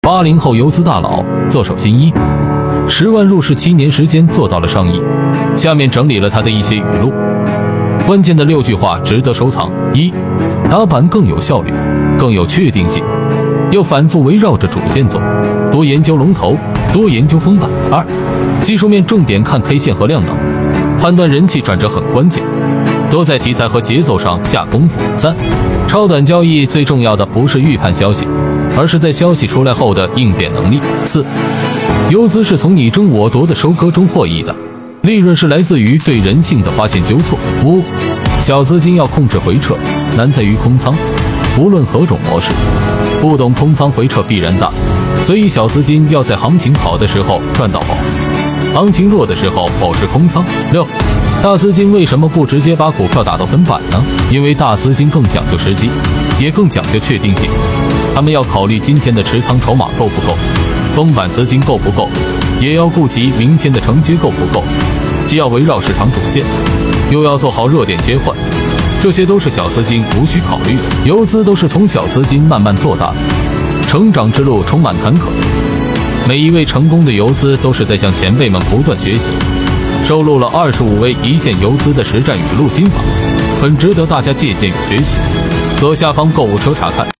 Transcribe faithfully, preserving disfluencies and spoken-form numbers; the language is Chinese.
八零后游资大佬做手新一，十万入市七年时间做到了上亿。下面整理了他的一些语录，关键的六句话值得收藏：一、打板更有效率，更有确定性，要反复围绕着主线走，多研究龙头，多研究封板。二、技术面重点看 K 线和量能，判断人气转折很关键，多在题材和节奏上下功夫。三、超短交易最重要的不是预判消息，而是在消息出来后的应变能力。四、游资是从你争我夺的收割中获益的，利润是来自于对人性的发现纠错。五、小资金要控制回撤，难在于空仓，无论何种模式，不懂空仓回撤必然大，所以小资金要在行情好的时候赚到宝，行情弱的时候保持空仓。六、大资金为什么不直接把股票打到分板呢？因为大资金更讲究时机，也更讲究确定性，他们要考虑今天的持仓筹码够不够，封板资金够不够，也要顾及明天的承接够不够，既要围绕市场主线，又要做好热点切换，这些都是小资金无需考虑的。游资都是从小资金慢慢做大的，成长之路充满坎坷，每一位成功的游资都是在向前辈们不断学习。收录了二十五位一线游资的实战语录心法，很值得大家借鉴与学习。左下方购物车查看。